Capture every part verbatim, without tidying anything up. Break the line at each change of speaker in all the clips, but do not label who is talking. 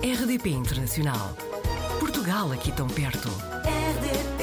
R D P Internacional. Portugal aqui tão perto. R D P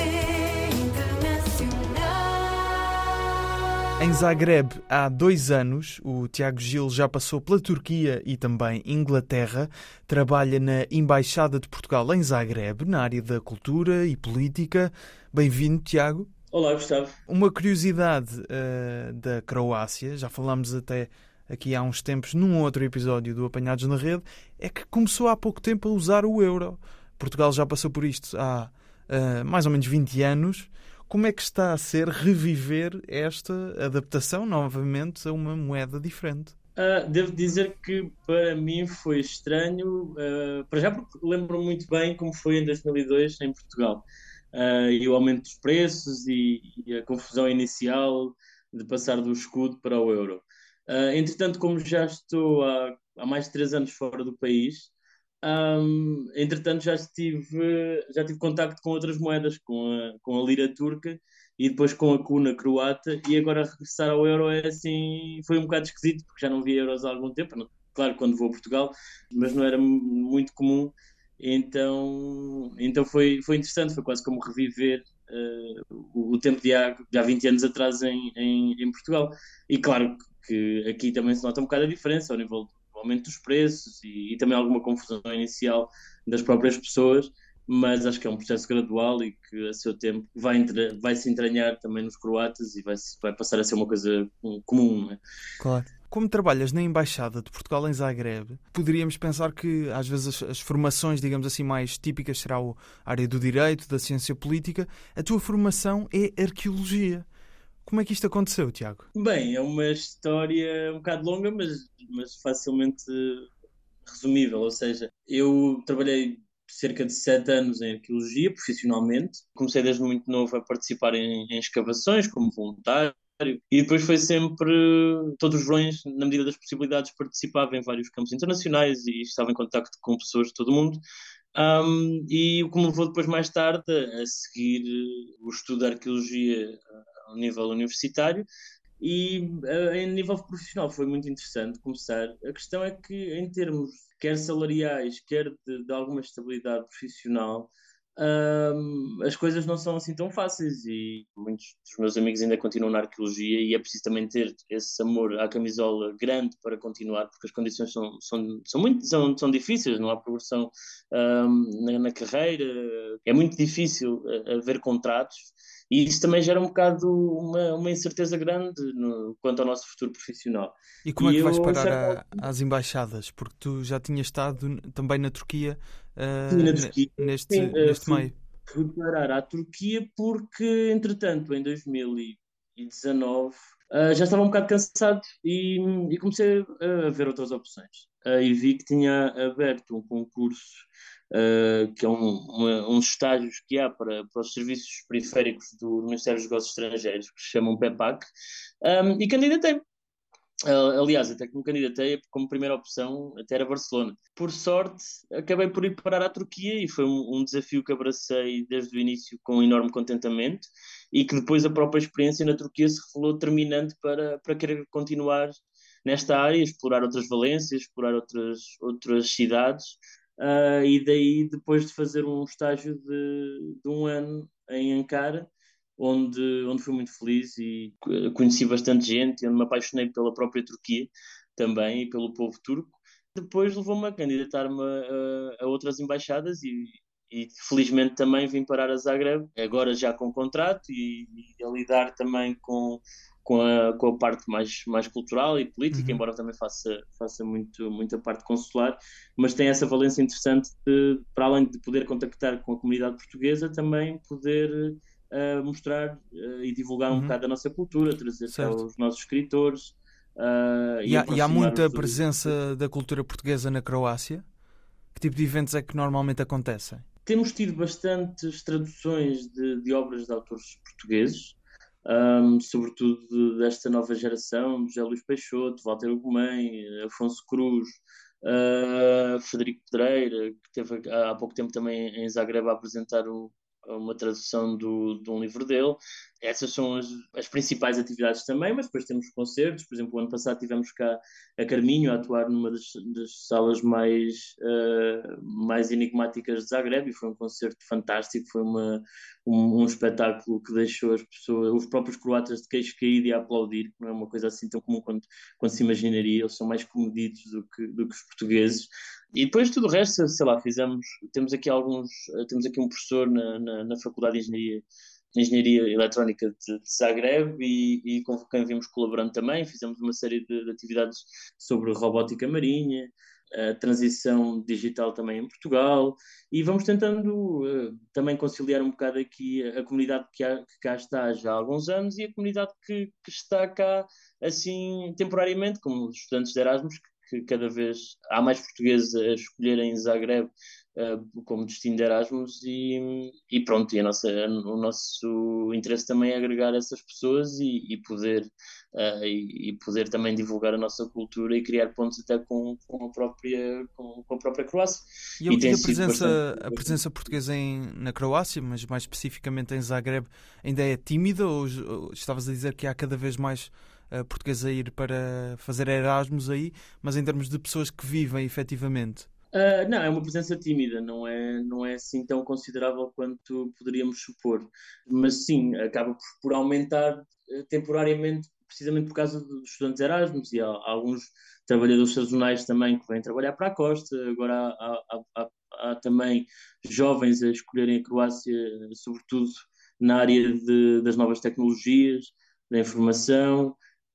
Internacional.
Em Zagreb, há dois anos, o Tiago Gil já passou pela Turquia e também Inglaterra. Trabalha na Embaixada de Portugal em Zagreb, na área da cultura e política. Bem-vindo, Tiago.
Olá, Gustavo.
Uma curiosidade uh, da Croácia, já falámos até aqui há uns tempos num outro episódio do Apanhados na Rede, é que começou há pouco tempo a usar o euro. Portugal já passou por isto há uh, mais ou menos vinte anos. Como é que está a ser reviver esta adaptação novamente a uma moeda diferente?
Uh, devo dizer que para mim foi estranho, uh, para já porque lembro muito bem como foi em dois mil e dois em Portugal. Uh, e o aumento dos preços e, e a confusão inicial de passar do escudo para o euro. Uh, entretanto, como já estou há, há mais de três anos fora do país, um, entretanto já estive, já tive contacto com outras moedas, com a, com a lira turca e depois com a kuna croata, e agora regressar ao euro é assim, foi um bocado esquisito, porque já não via euros há algum tempo, não, claro, quando vou a Portugal, mas não era muito comum. Então, então foi, foi interessante, foi quase como reviver uh, o, o tempo de há, de há vinte anos atrás em, em, em Portugal. E claro que aqui também se nota um bocado a diferença ao nível do aumento dos preços e, e também alguma confusão inicial das próprias pessoas, mas acho que é um processo gradual e que a seu tempo vai, entra, vai se entranhar também nos croatas e vai, vai passar a ser uma coisa comum, não é?
Claro. Como trabalhas na Embaixada de Portugal em Zagreb, poderíamos pensar que às vezes as, as formações, digamos assim, mais típicas será a área do direito, da ciência política. A tua formação é arqueologia. Como é que isto aconteceu, Tiago?
Bem, é uma história um bocado longa, mas, mas facilmente resumível. Ou seja, eu trabalhei cerca de sete anos em arqueologia, profissionalmente. Comecei desde muito novo a participar em, em escavações, como voluntário. E depois foi sempre, todos os verões, na medida das possibilidades, participava em vários campos internacionais e estava em contacto com pessoas de todo o mundo. Um, e o que me levou depois, mais tarde, a seguir o estudo de arqueologia ao nível universitário. E uh, em nível profissional foi muito interessante começar. A questão é que, em termos quer salariais, quer de, de alguma estabilidade profissional, um, as coisas não são assim tão fáceis, e muitos dos meus amigos ainda continuam na arqueologia, e é preciso também ter esse amor à camisola grande para continuar, porque as condições são, são, são muito são, são difíceis, não há progressão um, na, na carreira, é muito difícil haver contratos. E isso também gera um bocado uma, uma incerteza grande no, quanto ao nosso futuro profissional.
E como é que
E
vais
eu,
parar
certa...
a, às embaixadas? Porque tu já tinhas estado também na Turquia,
Sim, na
uh,
Turquia.
neste,
Sim, uh,
neste
fui,
meio.
fui parar à Turquia porque, entretanto, em dois mil e dezanove, uh, já estava um bocado cansado e, e comecei a ver outras opções. Uh, e vi que tinha aberto um concurso, uh, que é um, uma, uns estágios que há para, para os serviços periféricos do Ministério dos Negócios Estrangeiros, que se chamam PEPAC, um, e candidatei. Uh, aliás, até que me candidatei como primeira opção até era Barcelona. Por sorte, acabei por ir parar à Turquia e foi um, um desafio que abracei desde o início com um enorme contentamento, e que depois a própria experiência na Turquia se revelou determinante para, para querer continuar nesta área, explorar outras valências, explorar outras, outras cidades, uh, e daí, depois de fazer um estágio de, de um ano em Ankara, onde, onde fui muito feliz e conheci bastante gente, e onde me apaixonei pela própria Turquia também e pelo povo turco. Depois levou-me a candidatar-me a, a outras embaixadas e, e felizmente também vim parar a Zagreb, agora já com contrato, e, e a lidar também com, com, a, com a parte mais, mais cultural e política,
Uhum.
embora também faça, faça muito, muita parte consular, mas tem essa valência interessante de, para além de poder contactar com a comunidade portuguesa, também poder Uh, mostrar uh, e divulgar um
Uhum.
bocado a nossa cultura, trazer cá
Certo.
os nossos escritores uh,
E
e
há, e há
aproximar
muita
os dois.
presença da cultura portuguesa na Croácia? Que tipo de eventos é que normalmente acontecem?
Temos tido bastantes traduções de, de obras de autores portugueses, um, sobretudo de, desta nova geração: José Luís Peixoto, Walter Ugumem, Afonso Cruz, uh, Frederico Pedreira, que teve há pouco tempo também em Zagreb a apresentar o uma tradução do, de um livro dele. essas são as, as principais atividades também, mas depois temos concertos. Por exemplo, o ano passado tivemos cá a Carminho a atuar numa das, das salas mais, uh, mais enigmáticas de Zagreb, e foi um concerto fantástico. Foi uma, um, um espetáculo que deixou as pessoas, os próprios croatas, de queixo caído e a aplaudir. Não é uma coisa assim tão comum quanto, quanto se imaginaria. Eles são mais comedidos do que, do que os portugueses. E depois tudo o resto, sei lá, fizemos, temos aqui alguns, temos aqui um professor na, na, na Faculdade de Engenharia Engenharia Eletrónica de, de Zagreb, e, e com quem vimos colaborando também. Fizemos uma série de, de atividades sobre robótica marinha, a transição digital também em Portugal, e vamos tentando uh, também conciliar um bocado aqui a, a comunidade que, há, que cá está já há alguns anos e a comunidade que, que está cá assim temporariamente, como os estudantes de Erasmus, que, que cada vez há mais portugueses a escolherem Zagreb Uh, como destino de Erasmus, e, e pronto, e a nossa, o nosso interesse também é agregar essas pessoas e, e, poder, uh, e, e poder também divulgar a nossa cultura e criar pontos até com, com, a, própria, com, com a própria Croácia.
E, e, e a, presença, bastante... a presença portuguesa em, na Croácia, mas mais especificamente em Zagreb, ainda é tímida, ou, ou estavas a dizer que há cada vez mais uh, portugueses a ir para fazer Erasmus aí, mas em termos de pessoas que vivem efetivamente?
Uh, não, é uma presença tímida, não é, não é assim tão considerável quanto poderíamos supor. Mas sim, acaba por, por aumentar uh, temporariamente, precisamente por causa dos estudantes Erasmus, e há, há alguns trabalhadores sazonais também que vêm trabalhar para a costa. Agora há, há, há, há também jovens a escolherem a Croácia, sobretudo na área de, das novas tecnologias, da informação.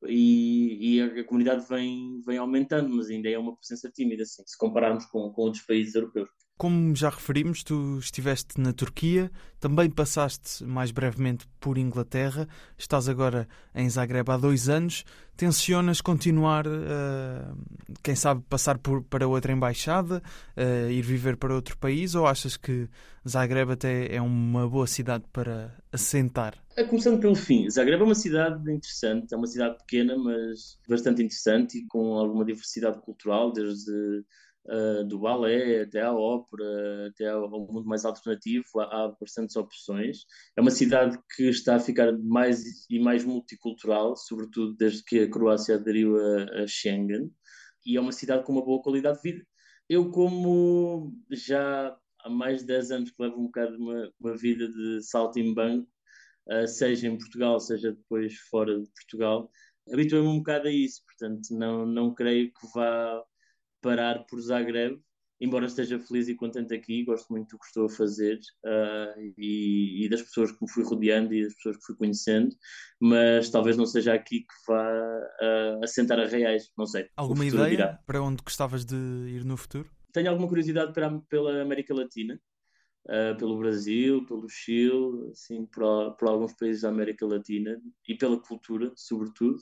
E, e a comunidade vem, vem aumentando, mas ainda é uma presença tímida, assim, se compararmos com, com outros países europeus.
Como já referimos, tu estiveste na Turquia, também passaste mais brevemente por Inglaterra, estás agora em Zagreb há dois anos. Tencionas continuar, uh, quem sabe, passar por, para outra embaixada, uh, ir viver para outro país, ou achas que Zagreb até é uma boa cidade para assentar?
Começando pelo fim, Zagreb é uma cidade interessante, é uma cidade pequena, mas bastante interessante e com alguma diversidade cultural, desde Uh, do balé até à ópera, até ao mundo mais alternativo. Há, há bastantes opções. É uma cidade que está a ficar mais e mais multicultural, sobretudo desde que a Croácia aderiu a, a Schengen, e é uma cidade com uma boa qualidade de vida. Eu, como já há mais de dez anos que levo um bocado uma, uma vida de saltimbanco, uh, seja em Portugal, seja depois fora de Portugal, habituei-me um bocado a isso, portanto não, não creio que vá parar por Zagreb, embora esteja feliz e contente aqui. Gosto muito do que estou a fazer, uh, e, e das pessoas que me fui rodeando e das pessoas que fui conhecendo, mas talvez não seja aqui que vá uh, assentar a reais, não sei.
Alguma ideia dirá. Para onde gostavas de ir no futuro?
Tenho alguma curiosidade para, pela América Latina, uh, pelo Brasil, pelo Chile, assim, por, por alguns países da América Latina, e pela cultura, sobretudo,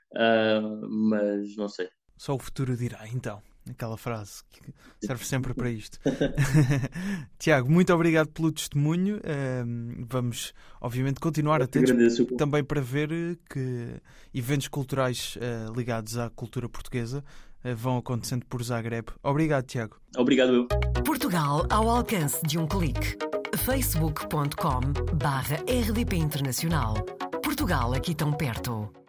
uh, mas não sei.
Só o futuro dirá, então. Aquela frase que serve sempre para isto. Tiago, muito obrigado pelo testemunho. Um, vamos, obviamente, continuar atentos também para ver que eventos culturais uh, ligados à cultura portuguesa uh, vão acontecendo por Zagreb. Obrigado, Tiago.
Obrigado eu.
Portugal ao alcance de um clique. facebook ponto com barra R D P Internacional. Portugal aqui tão perto.